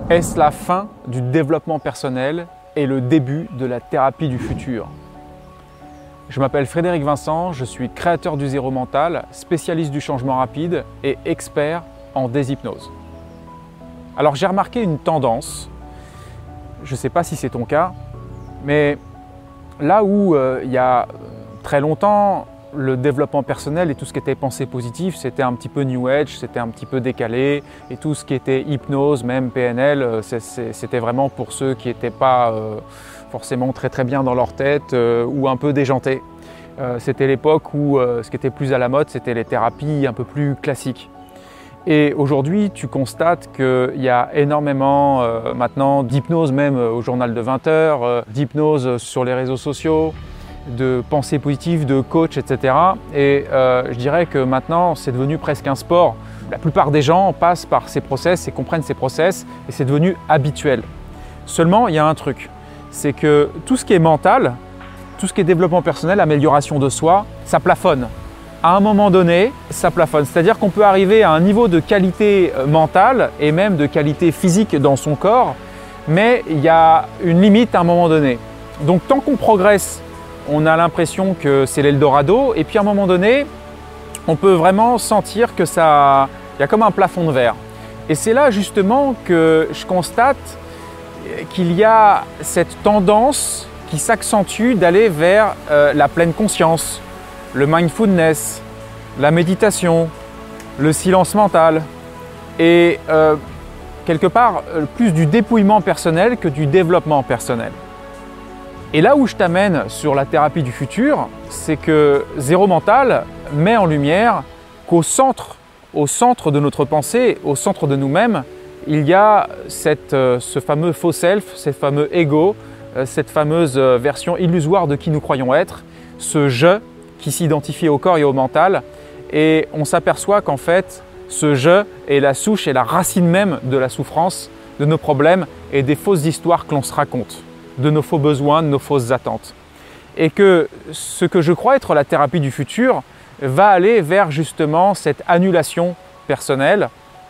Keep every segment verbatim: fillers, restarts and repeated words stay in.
Est-ce la fin du développement personnel et le début de la thérapie du futur? Je m'appelle Frédéric Vincent, je suis créateur du Zéro Mental, spécialiste du changement rapide et expert en déshypnose. Alors j'ai remarqué une tendance, je ne sais pas si c'est ton cas, mais là où euh, il y a très longtemps, le développement personnel et tout ce qui était pensée positive, c'était un petit peu New Age, c'était un petit peu décalé, et tout ce qui était hypnose, même P N L, c'était vraiment pour ceux qui n'étaient pas euh, forcément très très bien dans leur tête euh, ou un peu déjantés. Euh, c'était l'époque où euh, ce qui était plus à la mode, c'était les thérapies un peu plus classiques. Et aujourd'hui, tu constates qu'il y a énormément euh, maintenant d'hypnose, même au journal de vingt heures, euh, d'hypnose sur les réseaux sociaux, de pensée positive, de coach, et cetera. Et euh, je dirais que maintenant, c'est devenu presque un sport. La plupart des gens passent par ces process et comprennent ces process et c'est devenu habituel. Seulement, il y a un truc, c'est que tout ce qui est mental, tout ce qui est développement personnel, amélioration de soi, ça plafonne. À un moment donné, ça plafonne. C'est-à-dire qu'on peut arriver à un niveau de qualité mentale et même de qualité physique dans son corps, mais il y a une limite à un moment donné. Donc tant qu'on progresse, on a l'impression que c'est l'Eldorado, et puis à un moment donné, on peut vraiment sentir que ça, il y a comme un plafond de verre. Et c'est là justement que je constate qu'il y a cette tendance qui s'accentue d'aller vers euh, la pleine conscience, le mindfulness, la méditation, le silence mental, et euh, quelque part plus du dépouillement personnel que du développement personnel. Et là où je t'amène sur la thérapie du futur, c'est que Zéro Mental met en lumière qu'au centre, au centre de notre pensée, au centre de nous-mêmes, il y a cette, ce fameux faux self, ce fameux ego, cette fameuse version illusoire de qui nous croyons être, ce « je » qui s'identifie au corps et au mental. Et on s'aperçoit qu'en fait, ce « je » est la souche et la racine même de la souffrance, de nos problèmes et des fausses histoires que l'on se raconte, de nos faux besoins, de nos fausses attentes. Et que ce que je crois être la thérapie du futur va aller vers justement cette annulation personnelle,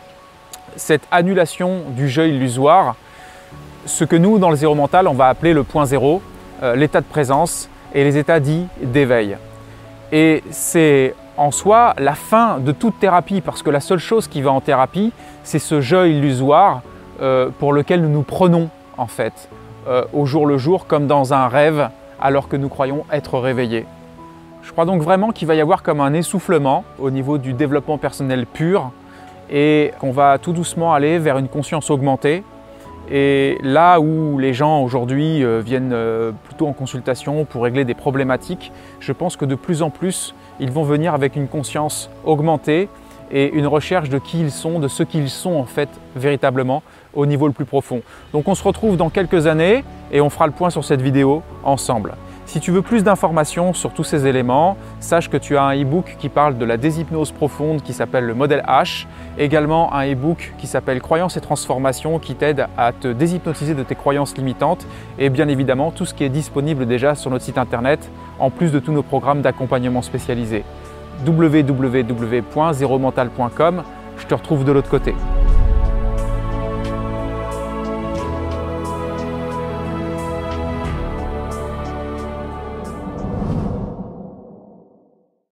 cette annulation du jeu illusoire, ce que nous, dans le Zéro Mental, on va appeler le point zéro, euh, l'état de présence et les états dits d'éveil. Et c'est en soi la fin de toute thérapie, parce que la seule chose qui va en thérapie, c'est ce jeu illusoire euh, pour lequel nous nous prenons en fait, euh, au jour le jour, comme dans un rêve, alors que nous croyons être réveillés. Je crois donc vraiment qu'il va y avoir comme un essoufflement au niveau du développement personnel pur et qu'on va tout doucement aller vers une conscience augmentée. Et là où les gens aujourd'hui viennent plutôt en consultation pour régler des problématiques, je pense que de plus en plus, ils vont venir avec une conscience augmentée et une recherche de qui ils sont, de ce qu'ils sont en fait véritablement au niveau le plus profond. Donc on se retrouve dans quelques années et on fera le point sur cette vidéo ensemble. Si tu veux plus d'informations sur tous ces éléments, sache que tu as un e-book qui parle de la déshypnose profonde qui s'appelle le modèle H, également un e-book qui s'appelle Croyances et transformations qui t'aide à te déshypnotiser de tes croyances limitantes et bien évidemment tout ce qui est disponible déjà sur notre site internet en plus de tous nos programmes d'accompagnement spécialisés. w w w point zéro mental point com, je te retrouve de l'autre côté.